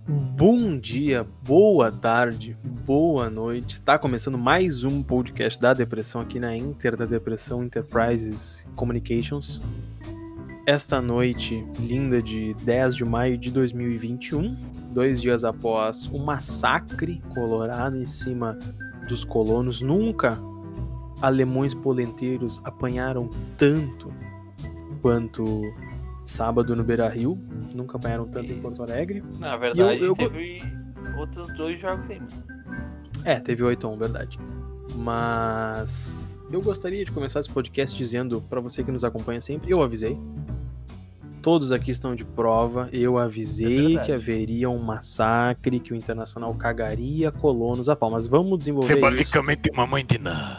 Bom dia, boa tarde, boa noite. Está começando mais um podcast da Depressão aqui na Inter da Depressão Enterprises Communications. Esta noite linda de 10 de maio de 2021, 2 dias após o massacre colorado em cima dos colonos. Nunca alemães polenteiros apanharam tanto quanto sábado no Beira-Rio. Nunca apanharam tanto em Porto Alegre. Na verdade, teve outros 2 jogos aí. Teve 8-1, verdade. Mas eu gostaria de começar esse podcast dizendo pra você que nos acompanha sempre, eu avisei. Todos aqui estão de prova, eu avisei que haveria um massacre, que o Internacional cagaria colonos a pau. Mas vamos desenvolver isso. Simbolicamente uma mãe de Ná.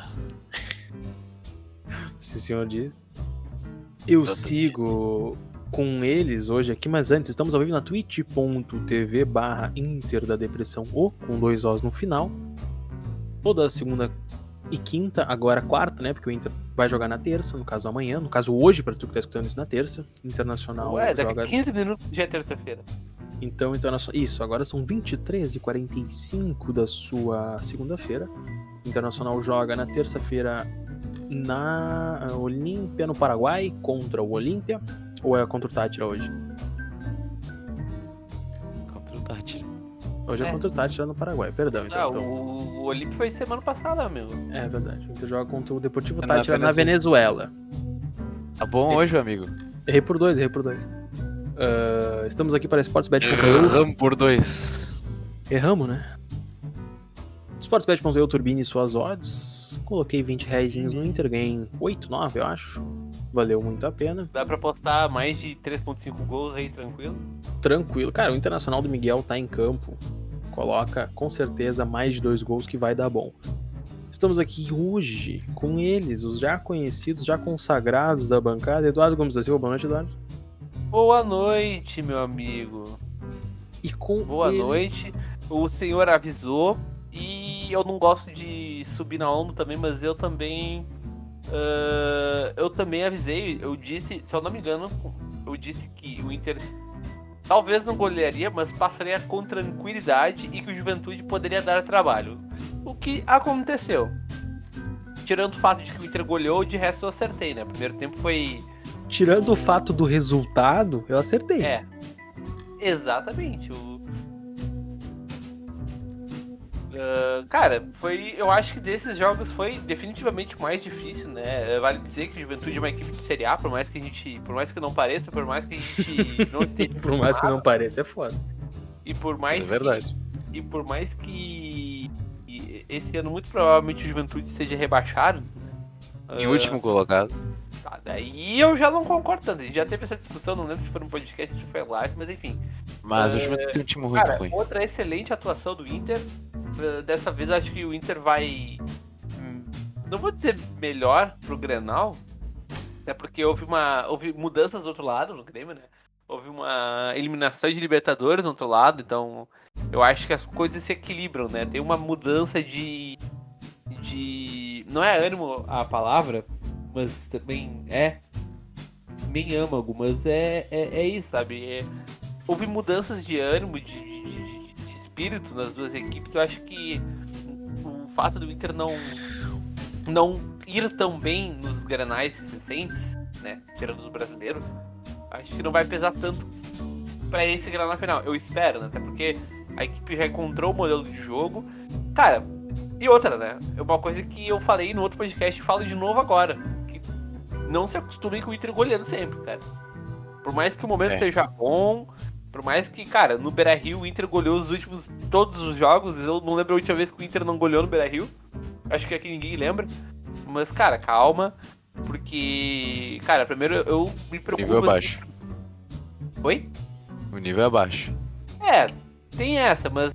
Se o senhor diz. Eu sigo com eles hoje aqui, mas antes estamos ao vivo na twitch.tv/Inter da Depressão ou com 2 Os no final. Toda segunda e quinta, agora quarta, né? Porque o Inter vai jogar na terça, no caso amanhã, no caso hoje, pra tu que tá escutando isso na terça. Internacional daqui joga... 15 minutos já é terça-feira. Então, isso, agora são 23h45 da sua segunda-feira. Internacional joga na terça-feira na Olímpia, no Paraguai, contra o Olímpia. Ou é contra o Tátira hoje? Contra o Tátira. Hoje é contra o Tátira no Paraguai, perdão. Então. O Olímpio foi semana passada, meu. É verdade. Então joga contra o Deportivo Tátira na Venezuela. Tá bom hoje, amigo? Errei por 2. Estamos aqui para Sportsbet.eu. Erramos por 2. Erramos, né? Sportsbet.eu, turbine suas odds. Coloquei 20 reaisinhos no Inter, ganhei 8, 9, eu acho. Valeu muito a pena. Dá pra postar mais de 3.5 gols aí, tranquilo? Tranquilo. Cara, o Internacional do Miguel tá em campo. Coloca, com certeza, mais de 2 gols que vai dar bom. Estamos aqui hoje com eles, os já conhecidos, já consagrados da bancada. Eduardo Gomes da Silva, boa noite, Eduardo. Boa noite, meu amigo. E com Boa ele... noite. O senhor avisou e eu não gosto de subir na onda também, mas eu também... eu também avisei, eu disse, se eu não me engano, eu disse que o Inter talvez não golearia, mas passaria com tranquilidade e que o Juventude poderia dar trabalho. O que aconteceu? Tirando o fato de que o Inter goleou, de resto eu acertei, né? O primeiro tempo foi... Tirando o fato do resultado, eu acertei. Exatamente. Cara, eu acho que desses jogos foi definitivamente o mais difícil, né? Vale dizer que o Juventude é uma equipe de Série A, por mais que não pareça, por mais que a gente não esteja... Por mais que não pareça, é foda. E por mais verdade. E por mais que esse ano muito provavelmente o Juventude seja rebaixado... Em último colocado. Tá, daí eu já não concordo tanto. A gente já teve essa discussão, não lembro se foi no podcast, se foi live, mas enfim. Mas o Juventude tem um time muito ruim. Outra excelente atuação do Inter. Dessa vez acho que o Inter vai... Não vou dizer melhor pro Grenal, até porque houve mudanças do outro lado no Grêmio, né? Houve uma eliminação de Libertadores do outro lado, então eu acho que as coisas se equilibram, né? Tem uma mudança de... Não é ânimo a palavra, mas também é nem âmago, mas é isso, sabe? Houve mudanças de ânimo, de espírito nas duas equipes. Eu acho que o fato do Inter não ir tão bem nos granais recentes, né, tirando os brasileiros, acho que não vai pesar tanto pra esse granal final. Eu espero, né, até porque a equipe já encontrou o modelo de jogo. Cara, e outra, né, é uma coisa que eu falei no outro podcast e falo de novo agora, que não se acostumem com o Inter goleando sempre, cara. Por mais que o momento seja bom, por mais que, cara, no Beira-Rio o Inter goleou todos os jogos. Eu não lembro a última vez que o Inter não goleou no Beira-Rio. Acho que aqui ninguém lembra. Mas, cara, calma. Porque, cara, primeiro eu me preocupo... O nível é baixo. Oi? O nível é baixo. Tem essa, mas...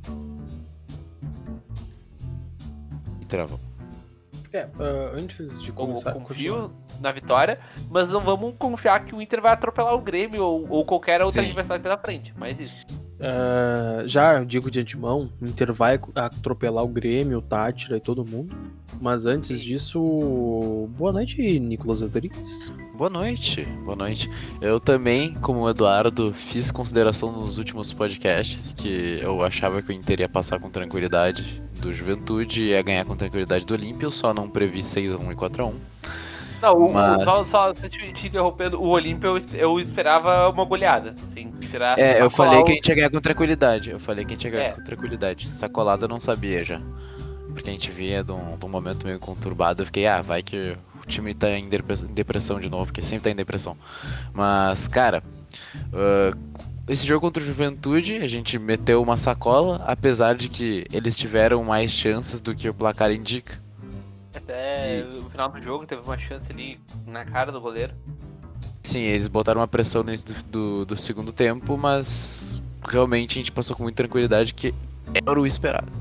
E travou. Antes de começar... Eu confio na vitória, mas não vamos confiar que o Inter vai atropelar o Grêmio ou qualquer outro adversário pela frente. Mas isso. Já eu digo de antemão, o Inter vai atropelar o Grêmio, o Tátira e todo mundo. Mas antes disso, boa noite, Nicolas Rodrigues. Boa noite. Eu também, como o Eduardo, fiz consideração nos últimos podcasts que eu achava que o Inter ia passar com tranquilidade do Juventude e ia ganhar com tranquilidade do Olímpia, eu só não previ 6-1 e 4-1. Não, Mas- só te interrompendo, o Olímpia eu esperava uma goleada. Assim, eu falei que a gente ia ganhar com tranquilidade. Com tranquilidade. Sacolada eu não sabia já. Porque a gente vinha de um momento meio conturbado. Eu fiquei, vai que o time tá em depressão de novo, porque sempre tá em depressão. Mas, cara, esse jogo contra o Juventude, a gente meteu uma sacola, apesar de que eles tiveram mais chances do que o placar indica. Até no final do jogo teve uma chance ali na cara do goleiro. Sim, eles botaram uma pressão no início do segundo tempo, mas realmente a gente passou com muita tranquilidade, que era o esperado.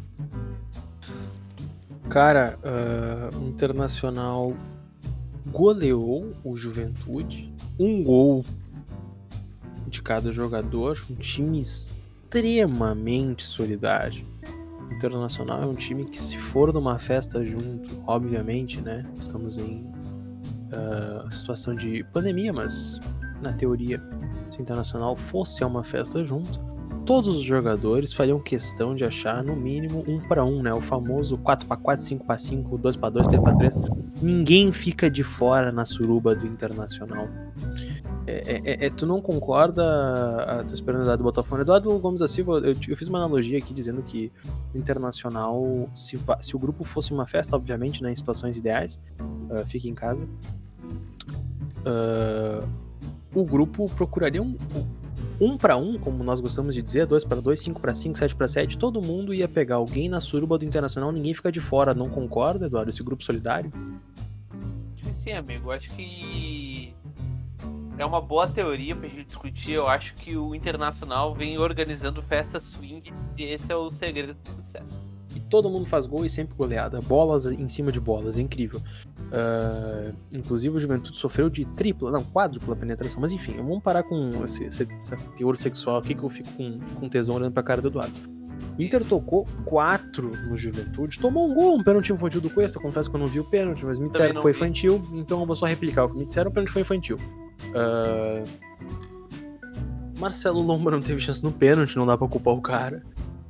Cara, o Internacional goleou o Juventude. Um gol de cada jogador. Um time extremamente solidário. O Internacional é um time que, se for numa festa junto, obviamente, né? Estamos em situação de pandemia, mas na teoria, se o Internacional fosse a uma festa junto, todos os jogadores fariam questão de achar no mínimo 1-1, né? O famoso 4x4, 5x5, 2x2, 3x3. Ninguém fica de fora na suruba do Internacional. Tu não concorda? Tô esperando o Eduardo botar o fone. Eduardo Gomes da Silva, eu fiz uma analogia aqui dizendo que o Internacional, se o grupo fosse uma festa, obviamente, né, em situações ideais, fique em casa, o grupo procuraria um 1-1, como nós gostamos de dizer, 2x2, 5x5, 7x7, todo mundo ia pegar alguém na suruba do Internacional, ninguém fica de fora. Não concorda, Eduardo? Esse grupo solidário? Acho que sim, amigo. Acho que é uma boa teoria pra gente discutir. Eu acho que o Internacional vem organizando festas swing e esse é o segredo do sucesso. E todo mundo faz gol e sempre goleada. Bolas em cima de bolas, é incrível. Inclusive o Juventude sofreu de quádrupla penetração. Mas enfim, vamos parar com esse teor sexual aqui, que eu fico com tesão olhando pra cara do Eduardo. O Inter tocou 4 no Juventude, tomou um gol, um pênalti infantil do Cuesta. Confesso que eu não vi o pênalti, mas me disseram que foi infantil, então eu vou só replicar o que me disseram. O pênalti foi infantil. Marcelo Lomba não teve chance no pênalti, não dá pra culpar o cara.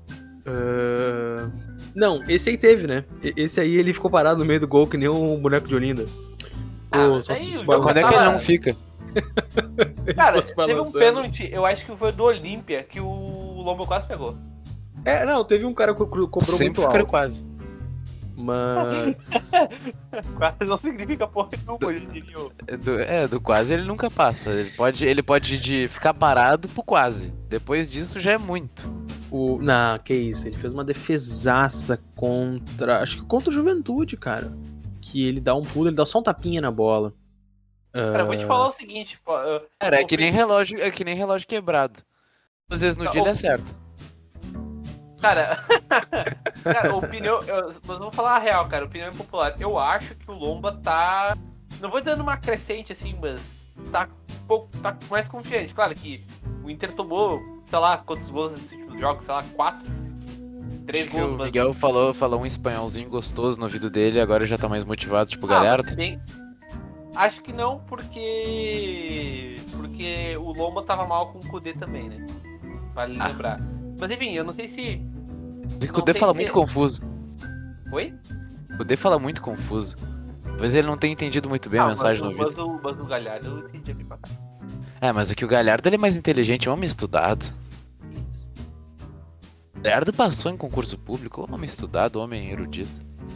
Não, esse aí teve, né? Esse aí ele ficou parado no meio do gol que nem um boneco de Olinda. Quando é que ele não fica? Cara, teve um pênalti, eu acho que foi do Olímpia, que o Lomba quase pegou. Não, teve um cara que cobrou sempre muito alto. Quase. Mas... Quase não significa porra nenhuma, hoje em dia. Do quase ele nunca passa. Ele pode de ficar parado pro quase. Depois disso já é muito. Que isso, ele fez uma defesaça acho que contra o Juventude, cara. Que ele dá um pulo, ele dá só um tapinha na bola. Cara, eu vou te falar o seguinte, pô. Cara, é que nem relógio quebrado. Às vezes no dia ele acerta. Cara, opinião. Mas eu vou falar a real, cara. Opinião impopular. Eu acho que o Lomba tá. Não vou dizer numa crescente assim, mas tá mais confiante. Claro que o Inter tomou, sei lá, quantos gols nesses últimos jogos, sei lá, 4, 3 gols. O Miguel falou um espanholzinho gostoso no ouvido dele, agora já tá mais motivado, tipo Galhardo. Acho que não, porque o Lomba tava mal com o Kudê também, né? Vale lembrar. Mas enfim, eu não sei se... O Kudê fala muito confuso. Oi? O Kudê fala muito confuso. Talvez ele não tenha entendido muito bem a mensagem no ouvido. Mas o Galhardo eu entendi bem pra cá. Mas aqui o Galhardo ele é mais inteligente, é um homem estudado. Isso. O Galhardo passou em concurso público, homem estudado, homem erudito.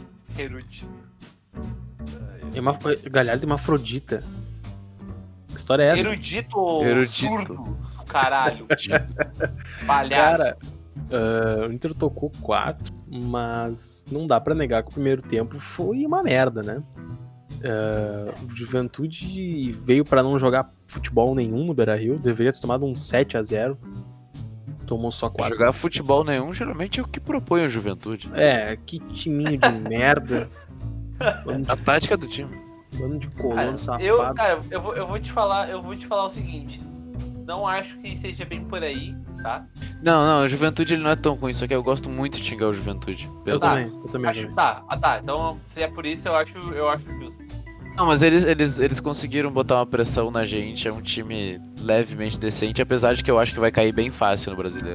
Galhardo é uma Afrodita. Que história é essa? Erudito. Surdo. Caralho. Palhaço. Cara, o Inter tocou 4, mas não dá pra negar que o primeiro tempo foi uma merda, né? O Juventude veio pra não jogar futebol nenhum no Beira-Rio, deveria ter tomado um 7-0. Tomou só 4. Jogar futebol nenhum geralmente é o que propõe a Juventude. Que timinho de merda. A tática do time. Bando de colono safado. Eu vou te falar o seguinte. Não acho que seja bem por aí, tá? Não, o Juventude ele não é tão ruim, só que eu gosto muito de xingar o Juventude. Eu também. Acho, tá. Então, se é por isso, eu acho justo. Não, mas eles conseguiram botar uma pressão na gente, é um time levemente decente, apesar de que eu acho que vai cair bem fácil no Brasileiro.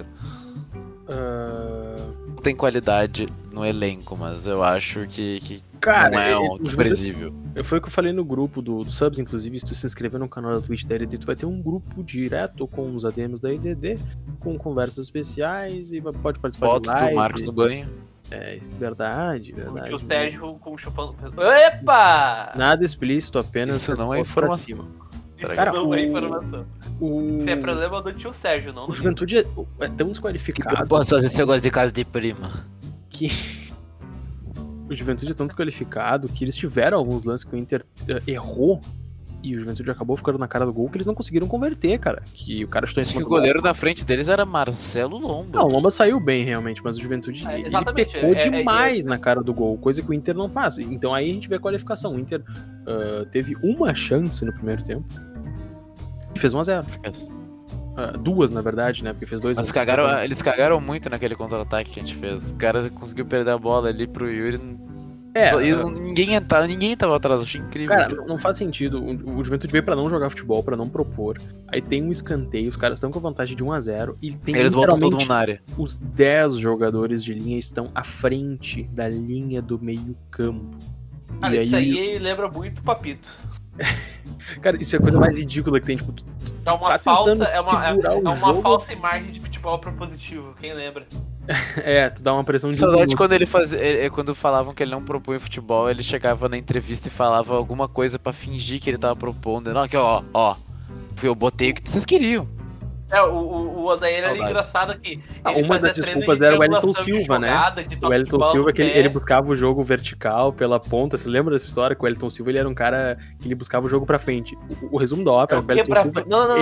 Não tem qualidade no elenco, mas eu acho que cara, não é um desprezível. Foi o que eu falei no grupo do Subs, inclusive, se tu se inscrever no canal da Twitch da EDD, tu vai ter um grupo direto com os ADMs da EDD, com conversas especiais e pode participar Fotos de live. Do Marcos no banho. É, verdade. O tio Sérgio com chupando... Epa! Nada explícito, apenas... Isso não é informação. Isso cara, não é informação. Se é problema do tio Sérgio, não do O Juventude é tão desqualificado... O que eu posso fazer se eu gosto de casa de prima? Que... O Juventude é tão desqualificado que eles tiveram alguns lances que o Inter errou e o Juventude acabou ficando na cara do gol que eles não conseguiram converter, cara. Que o cara chutou em cima do o goleiro na frente deles era Marcelo Lomba. Não, o Lomba saiu bem realmente, mas o Juventude ele pecou demais na cara do gol, coisa que o Inter não faz. Então aí a gente vê a qualificação. O Inter teve uma chance no primeiro tempo e fez 1-0. Duas, na verdade, né? Porque fez 2-1. Mas eles cagaram muito naquele contra-ataque que a gente fez. O cara conseguiu perder a bola ali pro Yuri. Ninguém tava atrás, eu achei incrível. Cara, não faz sentido. O Juventude veio pra não jogar futebol, pra não propor. Aí tem um escanteio, os caras estão com vantagem de 1-0 e tem eles botam todo mundo na área. Os 10 jogadores de linha estão à frente da linha do meio-campo. Cara, isso aí lembra muito o Papito. Cara, isso é a coisa mais ridícula que tem, tipo, é uma falsa imagem de futebol propositivo, quem lembra? Tu dá uma pressão de saudade quando falavam que ele não propunha futebol, ele chegava na entrevista e falava alguma coisa pra fingir que ele tava propondo. Não, aqui ó, eu botei o que vocês queriam. O Odair era engraçado que uma das desculpas era o Wellington Silva, né? O Wellington Silva, que ele buscava o jogo vertical pela ponta. Vocês lembram dessa história? Que o Wellington Silva ele era um cara que ele buscava o jogo pra frente. O resumo da ópera, o Wellington Silva...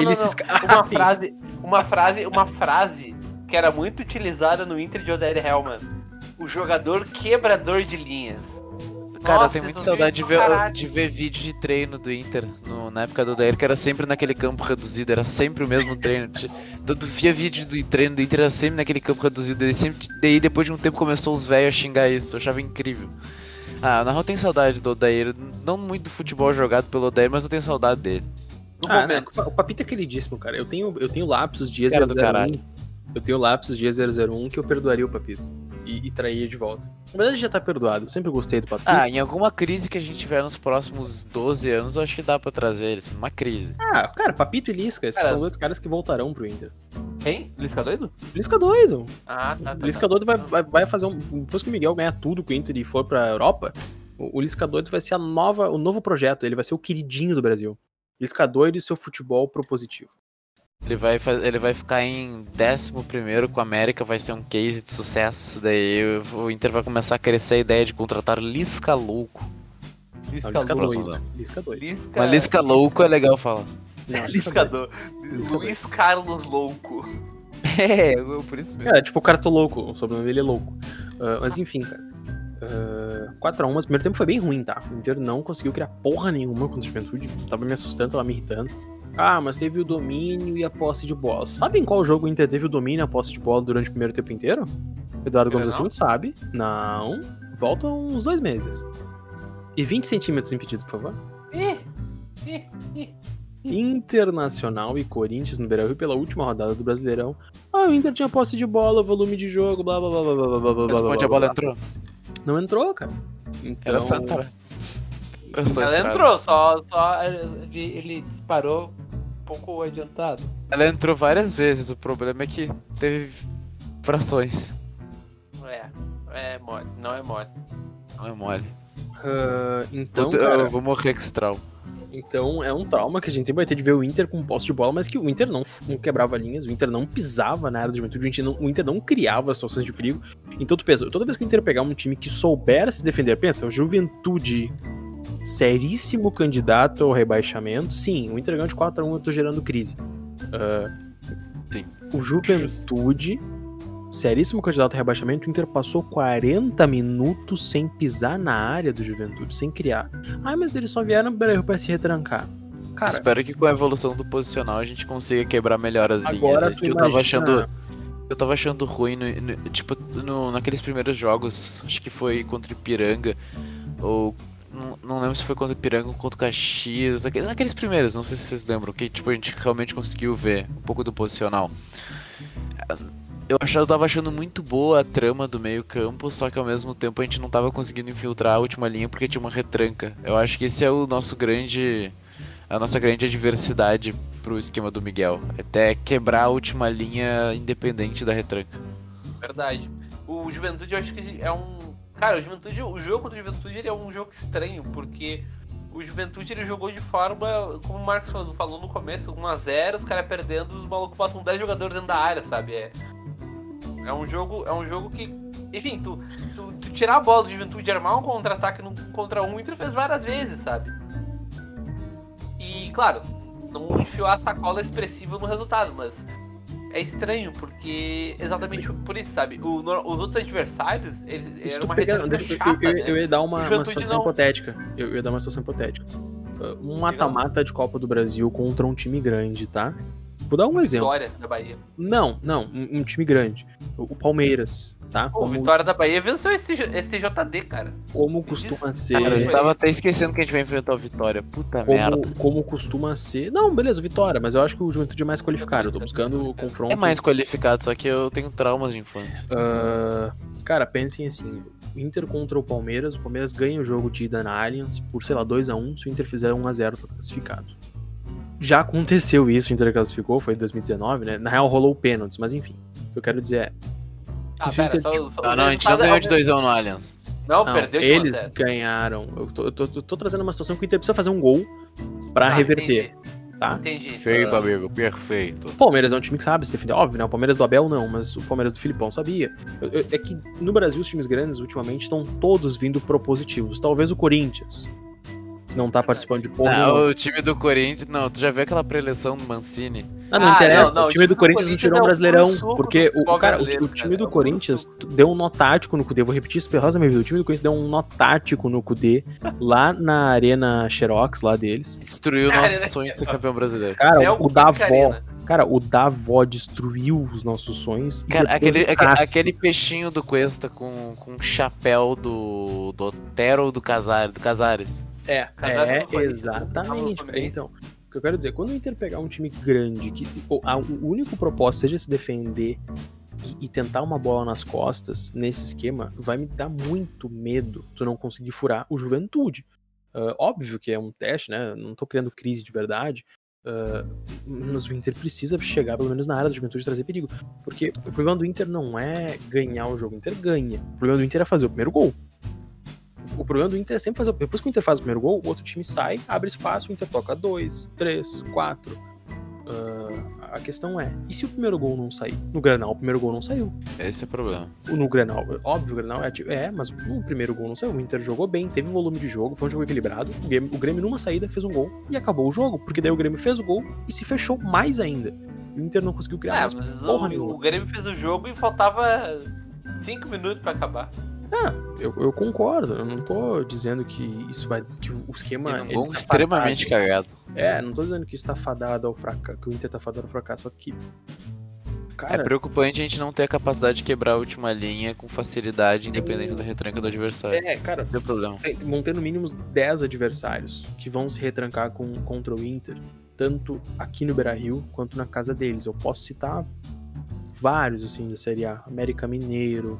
Uma frase que era muito utilizada no Inter de Odair Hellmann. O jogador quebrador de linhas. Cara, eu tenho muita saudade de ver vídeo de treino do Inter na época do Odair, que era sempre naquele campo reduzido, era sempre o mesmo treino. Todo via vídeo do treino do Inter, era sempre naquele campo reduzido. Daí depois de um tempo começou os velhos a xingar isso, eu achava incrível. Na real eu tenho saudade do Odair, não muito do futebol jogado pelo Odair, mas eu tenho saudade dele. O Papito é queridíssimo, cara. Eu tenho lapsos de 001. Eu tenho lapsos de 001 que eu perdoaria o Papito. E traía de volta. Na verdade já tá perdoado, eu sempre gostei do Papito. Em alguma crise que a gente tiver nos próximos 12 anos, eu acho que dá pra trazer ele, assim, uma crise. Cara, Papito e Lisca, esses são dois caras que voltarão pro Inter. Quem? Lisca doido? Lisca doido. Tá. Lisca doido vai fazer depois que o Miguel ganhar tudo com o Inter e for pra Europa, o Lisca doido vai ser o novo projeto, ele vai ser o queridinho do Brasil. Lisca doido e seu futebol propositivo. Ele vai ficar em 11º com a América, vai ser um case de sucesso. Daí o Inter vai começar a crescer a ideia de contratar Lisca Louco. Lisca doido. Mas Lisca Louco é legal falar. Lisca doido. Luiz Carlos Louco. Por isso mesmo. Tipo o Carto Louco, o sobrenome dele é Louco. Mas enfim, cara. 4-1, mas o primeiro tempo foi bem ruim, tá? O Inter não conseguiu criar porra nenhuma contra o Juventude. Tava me assustando, tava me irritando. Mas teve o domínio e a posse de bola. Sabem em qual jogo o Inter teve o domínio e a posse de bola durante o primeiro tempo inteiro? Eduardo Gomes da Silva sabe. Não. Voltam uns 2 meses. E 20 centímetros impedidos, por favor. Internacional e Corinthians no Beira-Rio pela última rodada do Brasileirão. O Inter tinha posse de bola, volume de jogo, blá blá blá blá blá blá blá. Responde, a bola entrou? Não entrou, cara. Então... Era Santana. Ela entrou, só ele disparou um pouco adiantado. Ela entrou várias vezes, o problema é que teve frações. É mole, não é mole. Não é mole. Então, eu vou morrer com esse trauma. Então é um trauma que a gente sempre vai ter de ver o Inter com posse de bola, mas que o Inter não quebrava linhas, o Inter não pisava na área do Juventude, o Inter não criava situações de perigo. Então tu pensa, toda vez que o Inter pegar um time que souber se defender, pensa, o Juventude, seríssimo candidato ao rebaixamento, sim, o Inter ganhou de 4-1, eu tô gerando crise. Sim. O Juventude, seríssimo candidato ao rebaixamento, o Inter passou 40 minutos sem pisar na área do Juventude, sem criar. Mas eles só vieram pro Beira-Rio pra se retrancar. Cara, espero que com a evolução do posicional a gente consiga quebrar melhor as linhas. agora Isso tu que eu tava imagina- achando ruim naqueles primeiros jogos, acho que foi contra o Ipiranga, ou não lembro se foi contra o Ipiranga ou contra o Caxias, naqueles primeiros, não sei se vocês lembram, que tipo, a gente realmente conseguiu ver um pouco do posicional. Eu tava achando muito boa a trama do meio campo, só que ao mesmo tempo a gente não tava conseguindo infiltrar a última linha porque tinha uma retranca. Eu acho que esse é a nossa grande adversidade pro esquema do Miguel. Até quebrar a última linha independente da retranca. Verdade. O Juventude eu acho que é um... Cara, o jogo contra o Juventude ele é um jogo estranho, porque o Juventude ele jogou de forma, como o Marcos falou no começo, 1-0, os caras perdendo, os malucos botam 10 jogadores dentro da área, sabe? É um jogo que... Enfim, tu tirar a bola do Juventude e armar um contra-ataque contra um, o Inter fez várias vezes, sabe? E, claro, não enfiou a sacola expressiva no resultado, mas é estranho, porque exatamente por isso, sabe? Os outros adversários, eles eram uma retranca chata, eu ia dar O uma Juventude situação não. hipotética. Eu ia dar uma situação hipotética. Um mata-mata de Copa do Brasil contra um time grande, tá? Vou dar um exemplo. Vitória da Bahia. Não, um time grande. O Palmeiras, tá? O Vitória da Bahia venceu esse STJD, cara. Como costuma Isso. ser. Cara, eu tava até esquecendo que a gente vai enfrentar o Vitória. Puta merda. Como costuma ser. Não, beleza, Vitória, mas eu acho que o Juventude é mais qualificado. Eu tô buscando o confronto. É mais qualificado, só que eu tenho traumas de infância. Cara, pensem assim: Inter contra o Palmeiras ganha o jogo de ida na Allianz por, sei lá, 2-1. Se o Inter fizer 1-0, tá classificado. Já aconteceu isso, o Inter classificou, foi em 2019, né? Na real rolou pênaltis, mas enfim. O que eu quero dizer é. Ah, se o pera, Inter- Não, a gente não ganhou de 2-1 no Allianz. Não, Não, perdeu de eles 1-0. ganharam. Eu tô trazendo uma situação que o Inter precisa fazer um gol pra reverter, tá? Entendi. Perfeito, amigo, perfeito. O Palmeiras é um time que sabe se defender, óbvio, né? O Palmeiras do Abel não, mas o Palmeiras do Filipão sabia. É que no Brasil os times grandes ultimamente estão todos vindo propositivos. Talvez o Corinthians, que não tá participando de porra nenhuma. O time do Corinthians, não, tu já viu aquela preleção do Mancini? Não interessa. não, o time do Corinthians não tirou um Brasileirão. suco Porque do futebol o brasileiro, time do é o Corinthians suco. deu um nó tático no Cudê. Vou repetir isso perrosa minha vida. O time do Corinthians deu um nó tático no Cudê lá na Arena Xerox, lá deles. Destruiu o Cara, nosso né? sonho de ser campeão brasileiro. Cara, É o Davó. Cara, o Davó destruiu os nossos sonhos. e Cara, depois o Cássio. aquele peixinho do Cuesta com chapéu do Otero do Casares. Casado no Corinthians. Exatamente. Casado no Então, o que eu quero dizer, quando o Inter pegar um time grande, que o único propósito seja se defender e tentar uma bola nas costas, nesse esquema, vai me dar muito medo tu não conseguir furar o Juventude. Óbvio que é um teste, né? Não tô criando crise de verdade. Mas o Inter precisa chegar pelo menos na área da Juventude e trazer perigo. Porque o problema do Inter não é ganhar o jogo, o Inter ganha. O problema do Inter é fazer o primeiro gol. O problema do Inter é sempre fazer. Depois que o Inter faz o primeiro gol, o outro time sai, abre espaço, o Inter toca 2, 3, 4. A questão é, e se o primeiro gol não sair? No Grenal, o primeiro gol não saiu. Esse é o problema. No Grenal, óbvio, o Grenal mas o primeiro gol não saiu. O Inter jogou bem, teve volume de jogo, foi um jogo equilibrado. O Grêmio numa saída fez um gol e acabou o jogo, porque daí o Grêmio fez o gol e se fechou mais ainda. O Inter não conseguiu criar mais mas porra o nenhuma. Grêmio fez o jogo e faltava 5 minutos pra acabar. Eu concordo, eu não tô dizendo que isso vai. Que o esquema. E um ele gol tá extremamente fadado. cagado. Não tô dizendo que isso tá fadado ao fracasso, que o Inter tá fadado ao fracasso, só que. Cara, É preocupante a gente não ter a capacidade de quebrar a última linha com facilidade, independente da retranca do adversário. cara, Esse é o problema. vão ter no mínimo 10 adversários que vão se retrancar contra o Inter, tanto aqui no Beira-Rio quanto na casa deles. Eu posso citar vários, assim, da Série A. América Mineiro,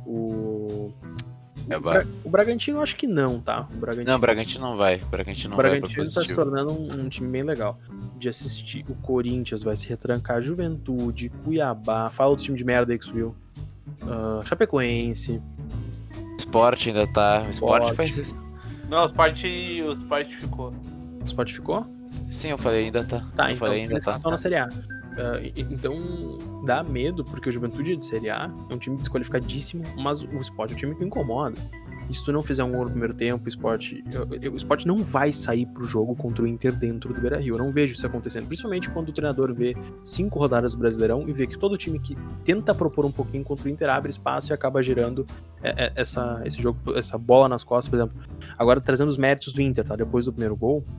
o Bragantino eu acho que não, tá? O Bragantino não vai. O Bragantino tá se tornando um time bem legal de assistir. O Corinthians vai se retrancar, Juventude, Cuiabá, fala outro time de merda aí que subiu. Chapecoense. O Sport ainda tá. O Sport faz isso. Não, o Sport ficou. O Sport ficou? Sim, eu falei ainda tá. Tá, eu então falei ainda eles tá. estão na Série A. Então dá medo, porque o Juventude é de Série A, é um time desqualificadíssimo, mas o Sport é um time que incomoda. E se tu não fizer um gol no primeiro tempo, o Sport não vai sair pro jogo contra o Inter dentro do Beira-Rio. Eu não vejo isso acontecendo, principalmente quando o treinador vê 5 rodadas do Brasileirão e vê que todo time que tenta propor um pouquinho contra o Inter abre espaço e acaba gerando esse jogo, essa bola nas costas, por exemplo. Agora, trazendo os méritos do Inter, tá? Depois do primeiro gol,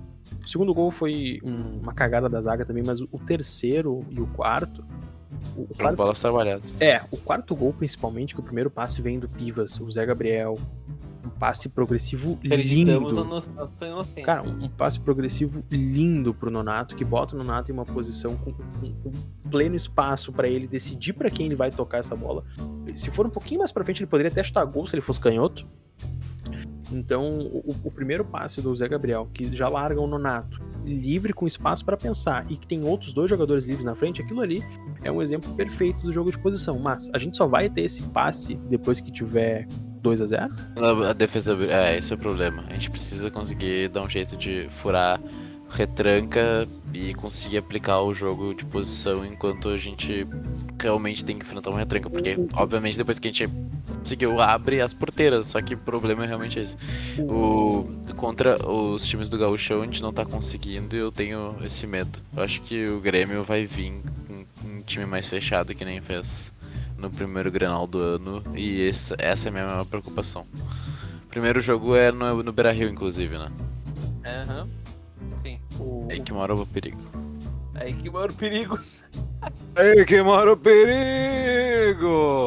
O segundo gol foi uma cagada da zaga também, mas o terceiro e o quarto... Foram bolas trabalhadas. O quarto gol, principalmente, que o primeiro passe vem do Pivas, o Zé Gabriel. Um passe progressivo lindo. Na sua inocência. Cara, um passe progressivo lindo pro Nonato, que bota o Nonato em uma posição com pleno espaço pra ele decidir pra quem ele vai tocar essa bola. Se for um pouquinho mais pra frente, ele poderia até chutar gol se ele fosse canhoto. Então, o primeiro passe do Zé Gabriel, que já larga o Nonato livre, com espaço pra pensar, e que tem outros 2 jogadores livres na frente, aquilo ali é um exemplo perfeito do jogo de posição. Mas a gente só vai ter esse passe depois que tiver 2-0? A defesa... esse é o problema. A gente precisa conseguir dar um jeito de furar retranca e conseguir aplicar o jogo de posição enquanto a gente realmente tem que enfrentar uma retranca. Porque, obviamente, depois que a gente conseguiu, abre as porteiras. Só que o problema é realmente esse. Contra os times do Gauchão, a gente não tá conseguindo e eu tenho esse medo. Eu acho que o Grêmio vai vir com um time mais fechado, que nem fez no primeiro Grenal do ano, e essa é a minha maior preocupação. O primeiro jogo é no Beira-Rio, inclusive, né? Aham. Sim. É aí que mora o perigo. Aí que mora o perigo. Aí que mora o perigo!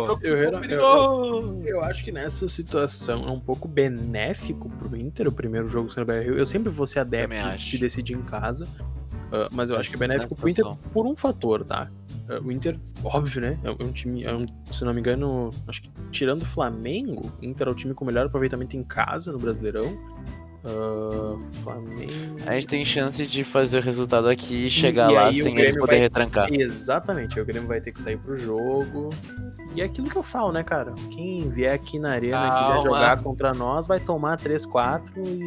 Eu acho que nessa situação é um pouco benéfico pro Inter, o primeiro jogo no Beira-Rio. Eu sempre vou ser adepto de decidir em casa, mas eu acho que é benéfico pro Inter por um fator, tá? O Inter, óbvio, né? É um time, se não me engano, acho que tirando o Flamengo, o Inter é o time com o melhor aproveitamento em casa no Brasileirão. Flamengo... A gente tem chance de fazer o resultado aqui e chegar lá sem eles poder retrancar. Exatamente, o Grêmio vai ter que sair pro jogo. E é aquilo que eu falo, né, cara? Quem vier aqui na arena e quiser jogar contra nós vai tomar 3-4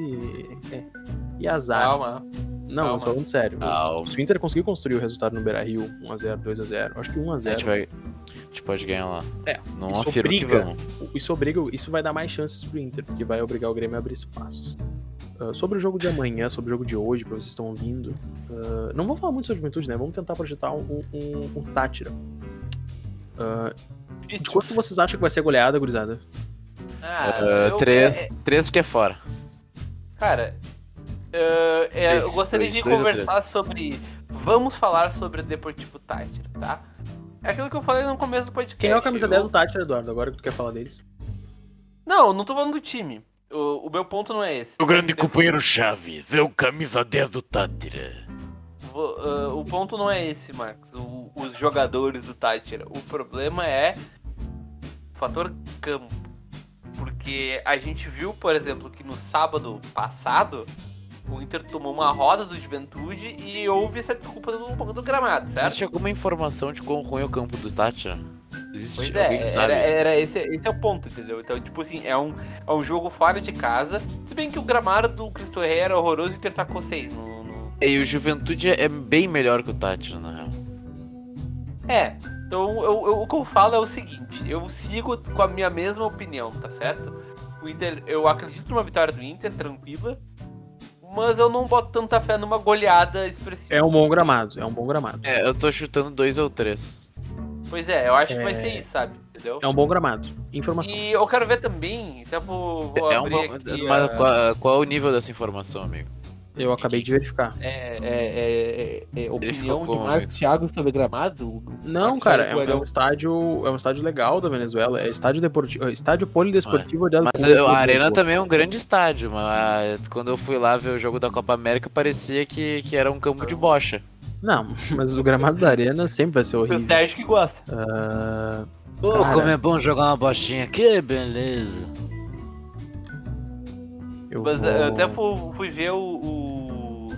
e azar. Calma. Não, mas falando sério. Se o Inter conseguir construir o resultado no Beira-Rio, 1-0, 2-0, acho que 1-0. A gente pode ganhar lá. Não isso afirmo obriga, que vamos. Isso vai dar mais chances pro Inter, porque vai obrigar o Grêmio a abrir espaços. Sobre o jogo de amanhã, sobre o jogo de hoje, pra vocês estão ouvindo, não vamos falar muito sobre Juventude, né? Vamos tentar projetar um Tátira. De quanto vocês acham que vai ser a goleada, gurizada? 3 porque é fora. Cara, eu gostaria de conversar sobre... Vamos falar sobre o Deportivo Tátira, tá? É aquilo que eu falei no começo do podcast. Quem é o camisa 10 do Tátira, Eduardo? Agora que tu quer falar deles. Não tô falando do time. O meu ponto não é esse. O grande companheiro-chave, vê o camisa 10 do Tátira. O ponto não é esse, Marcos. Os jogadores do Tátira. O problema é o fator campo. Porque a gente viu, por exemplo, que no sábado passado o Inter tomou uma roda do Juventude e houve essa desculpa do gramado, certo? Existe alguma informação de quão ruim é o campo do Tátira? Pois é, esse é o ponto, entendeu? Então, tipo assim, é um jogo fora de casa. Se bem que o gramado do Cristo Rei era horroroso e o Inter tacou 6 E o Juventude é bem melhor que o Tátira, na real. Então o que eu falo é o seguinte, eu sigo com a minha mesma opinião, tá certo? O Inter, eu acredito numa vitória do Inter, tranquila, mas eu não boto tanta fé numa goleada expressiva. É um bom gramado. Eu tô chutando 2 ou 3. Pois é, eu acho que vai ser isso, sabe? Entendeu? É um bom gramado. Informação. E eu quero ver também, até vou abrir aqui... Mas qual é o nível dessa informação, amigo? Eu acabei de verificar. Opinião de Marcos Thiago sobre gramados? Não, cara, é um estádio legal da Venezuela. É estádio Polidesportivo del Mas a Arena também é um grande estádio. Mas quando eu fui lá ver o jogo da Copa América, parecia que era um campo de bocha. Não, mas o gramado da Arena sempre vai ser horrível. O Sérgio que gosta. Como é bom jogar uma bochinha, que beleza. Eu até fui ver o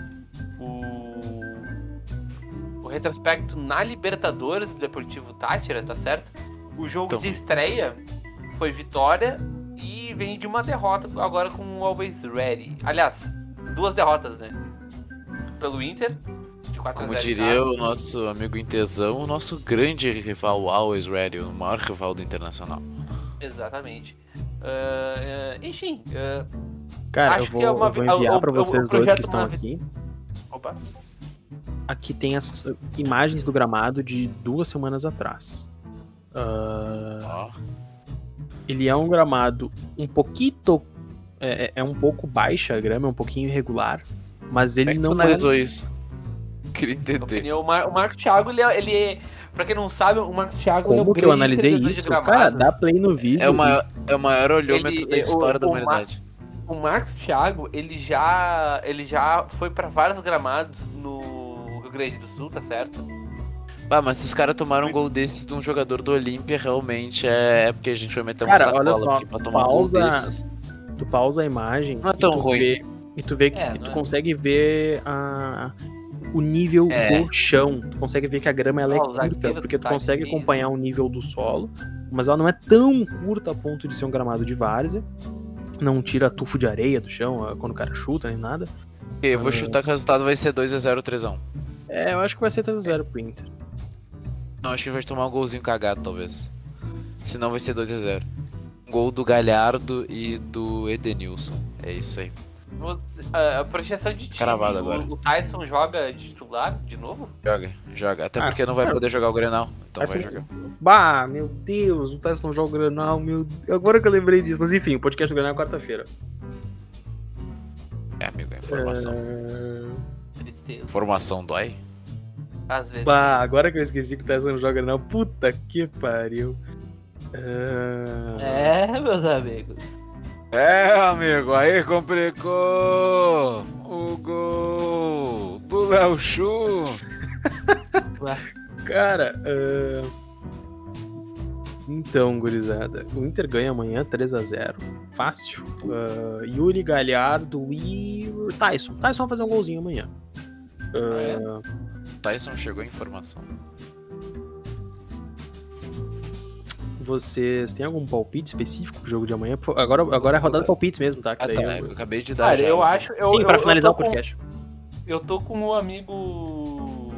retrospecto na Libertadores do Deportivo Tátira, tá certo? O jogo de estreia foi vitória e vem de uma derrota agora com o Always Ready. Aliás, 2 derrotas, né? Pelo Inter, de 4-0. Como diria o nosso amigo Intezão, o nosso grande rival Always Ready, o maior rival do Internacional. Exatamente. Enfim, cara, acho eu vou enviar pra vocês dois que estão aqui. Opa. Aqui tem as imagens do gramado de 2 semanas atrás. Ele é um gramado um pouquinho... É um pouco baixa a grama, é um pouquinho irregular. mas ele Como é que tu não analisou isso? Queria Na entender. opinião, o Marcos Thiago, ele é. Pra quem não sabe, o Marcos Thiago ele é Como o que eu grande analisei entendedor isso? de gramados. Cara, dá play no vídeo. É o maior olhômetro da história da humanidade. O Marcos Thiago, ele já foi pra vários gramados no Rio Grande do Sul, tá certo? Ah, mas se os caras tomaram um gol desses de um jogador do Olímpia, realmente é porque a gente vai meter uma Cara, sacola. olha só, porque pra tomar um gol desses... tu pausa a imagem Não é tão ruim. e tu vê que É, tu não é. consegue ver o nível do chão. Tu consegue ver que a grama ela é O curta, zagueiro porque tu tá consegue difícil. acompanhar o nível do solo, mas ela não é tão curta a ponto de ser um gramado de várzea. Não tira tufo de areia do chão quando o cara chuta, nem nada. Eu vou chutar que o resultado vai ser 2x0 3x1. É, eu acho que vai ser 3x0 pro Inter. Não, acho que vai tomar um golzinho cagado, talvez. Senão vai ser 2x0. Um gol do Galhardo e do Edenilson. É isso aí. A projeção de time, Cravado agora. o Tyson joga de titular de novo? Joga. Até porque não vai cara, poder jogar o Grenal. Então vai Tyson- jogar. Bah, meu Deus, o Tyson não joga o Granal, meu Deus. Agora que eu lembrei disso. Mas enfim, o podcast do Granal é quarta-feira. É, amigo, é informação. Tristeza. Informação dói? Às vezes. Bah, agora que eu esqueci que o Tyson não joga Granal, puta que pariu. Meus amigos. É, amigo, aí complicou o gol do Léo Chu. Cara, então, gurizada, o Inter ganha amanhã 3x0. Fácil. Yuri, Galhardo e Tyson. Tyson vai fazer um golzinho amanhã. Tyson chegou a informação. Vocês têm algum palpite específico pro jogo de amanhã? Agora é rodada de palpites mesmo, tá? Que daí Eu acabei de dar. Cara, já. eu acho. Sim, pra finalizar eu o tô podcast. Eu tô com o amigo.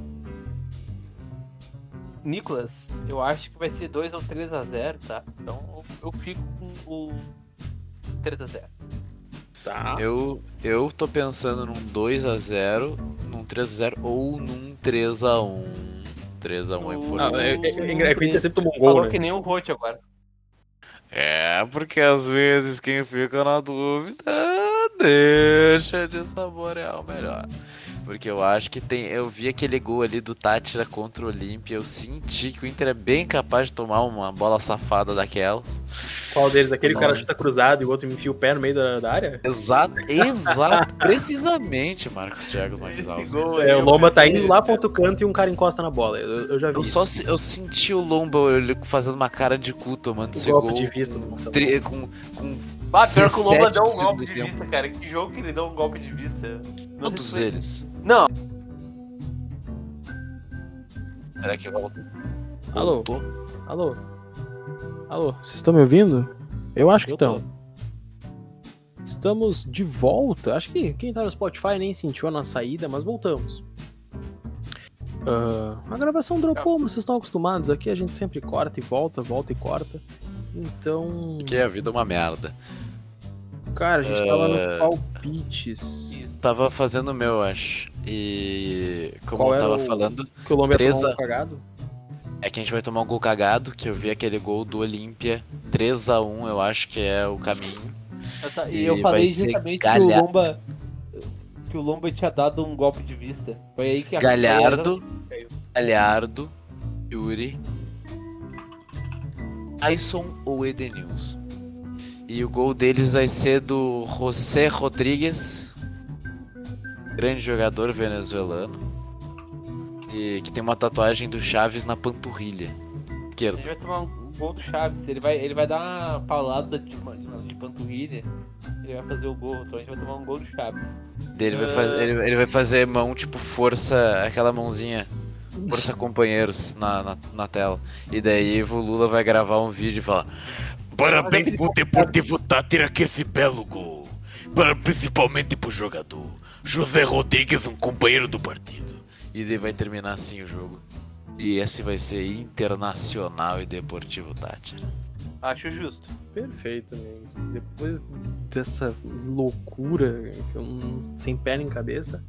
Nicolas. Eu acho que vai ser 2 ou 3x0, tá? Então eu fico com o 3x0. Tá. Eu tô pensando num 2x0, num 3x0 ou num 3x1. 3x1 é importante. É que o Inter sempre tomou um gol, Falou né? que nem o Rote agora. É, porque às vezes quem fica na dúvida deixa de saborear o melhor. Porque eu acho que eu vi aquele gol ali do Tátira contra o Olímpia, eu senti que o Inter é bem capaz de tomar uma bola safada daquelas. Qual deles? Aquele que o cara Não. chuta cruzado e o outro enfia o pé no meio da área? Exato, precisamente, Marcos Thiago Max. O Lomba tá indo lá pro outro canto e um cara encosta na bola. Eu já vi. Eu senti o Lomba ele fazendo uma cara de cu tomando esse golpe gol. de vista do Marcelo. Com Ah, pior que o Lomba deu um 17 golpe de tempo. vista, cara. Que jogo que ele deu um golpe de vista? Não sei Todos se foi- eles. Não, Será que voltou? Alô? Voltou? Alô, vocês estão me ouvindo? Eu acho que Eu tô. estão. Estamos de volta. Acho que quem tá no Spotify nem sentiu a nossa saída, mas voltamos. A gravação dropou, mas vocês estão acostumados. Aqui a gente sempre corta e volta e corta. Então, Porque a vida é uma merda. cara, a gente tava nos palpites. isso. Tava fazendo o meu, eu acho. E como Qual eu era tava o- falando, Que o Lomba ia tomar 3 a- um cagado. é que a gente vai tomar um gol cagado, que eu vi aquele gol do Olímpia, 3x1, eu acho que é o caminho. E E eu falei vai ser justamente que o Lomba tinha dado um golpe de vista. Foi aí que Galhardo, Yuri, Tyson ou Edenilson. E o gol deles vai ser do José Rodrigues, grande jogador venezuelano, e que tem uma tatuagem do Chaves na panturrilha A esquerda. gente vai tomar um gol do Chaves. Ele vai dar uma paulada de panturrilha. Ele vai fazer o gol. Então a gente vai tomar um gol do Chaves. Ele vai fazer mão tipo força, aquela mãozinha, força companheiros na tela. E daí o Lula vai gravar um vídeo e falar: Parabéns por ter votado ter aqui esse belo gol. Principalmente pro jogador. José Rodrigues, um companheiro do partido. E daí vai terminar assim o jogo. E esse vai ser Internacional e Deportivo Tátira. Acho justo. Perfeito, Mendes. Depois dessa loucura sem pé nem cabeça,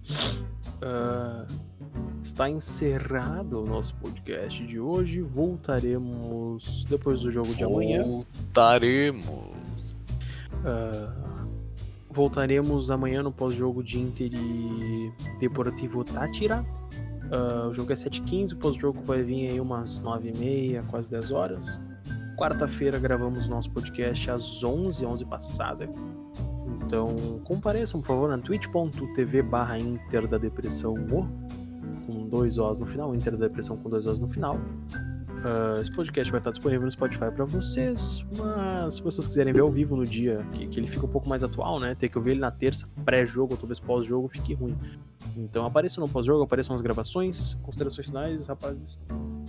está encerrado o nosso podcast de hoje. Voltaremos depois do jogo de amanhã. Voltaremos. Voltaremos amanhã no pós-jogo de Inter e Deportivo Táchira. O jogo é 7h15, o pós-jogo vai vir aí umas 9h30, quase 10 horas. Quarta-feira gravamos nosso podcast às 11 passada. Então compareçam, por favor, na twitch.tv/Inter da Depressão com 2 Os no final, Inter da Depressão com 2 Os no final. Esse podcast vai estar disponível no Spotify para vocês, mas se vocês quiserem ver ao vivo no dia, que ele fica um pouco mais atual, né? Ter que ouvir ele na terça, pré-jogo ou talvez pós-jogo, fique ruim. Então apareçam no pós-jogo, apareçam as gravações, considerações finais, rapazes.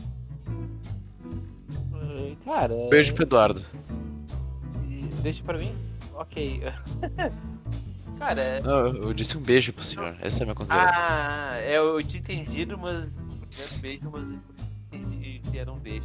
Cara... Beijo pro Eduardo. Deixa pra mim? Ok. Cara... Não, eu disse um beijo pro senhor, essa é a minha consideração. Eu tinha entendido, mas... Beijo, mas... Era um beijo.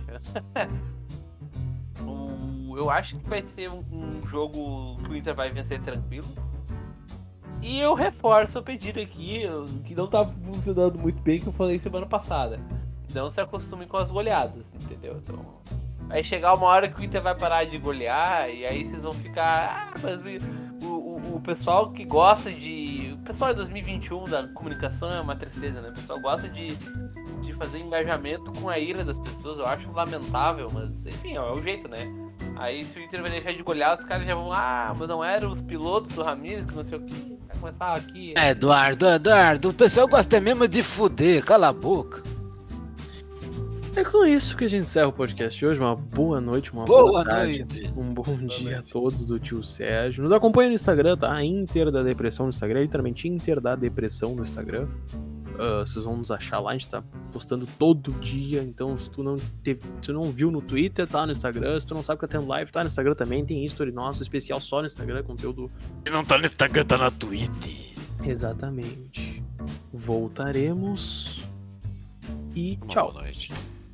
Eu acho que vai ser um jogo que o Inter vai vencer tranquilo. E eu reforço o pedido aqui, que não tá funcionando muito bem, que eu falei semana passada. Não se acostumem com as goleadas, entendeu? Então, vai chegar uma hora que o Inter vai parar de golear, e aí vocês vão ficar... mas o pessoal que gosta de... O pessoal de 2021 da comunicação é uma tristeza, né? O pessoal gosta de fazer engajamento com a ira das pessoas. Eu acho lamentável, mas enfim, é o jeito, né? Aí se o Inter vai deixar de golear, os caras já vão lá, mas não eram os pilotos do Ramires, que não sei o que. Vai começar aqui. Eduardo, o pessoal gosta mesmo de fuder, cala a boca. É com isso que a gente encerra o podcast de hoje. Uma boa noite, uma Boa tarde, noite. um bom dia a todos do tio Sérgio. Nos acompanha no Instagram, tá? Inter da Depressão no Instagram, literalmente Inter da Depressão no Instagram. Vocês vão nos achar lá, a gente tá postando todo dia, então se tu não viu no Twitter, tá no Instagram, se tu não sabe que tá tendo live, tá no Instagram também, tem history nosso, especial só no Instagram, conteúdo... Se não tá no Instagram, tá na Twitch. Exatamente. Voltaremos e tchau. Boa noite.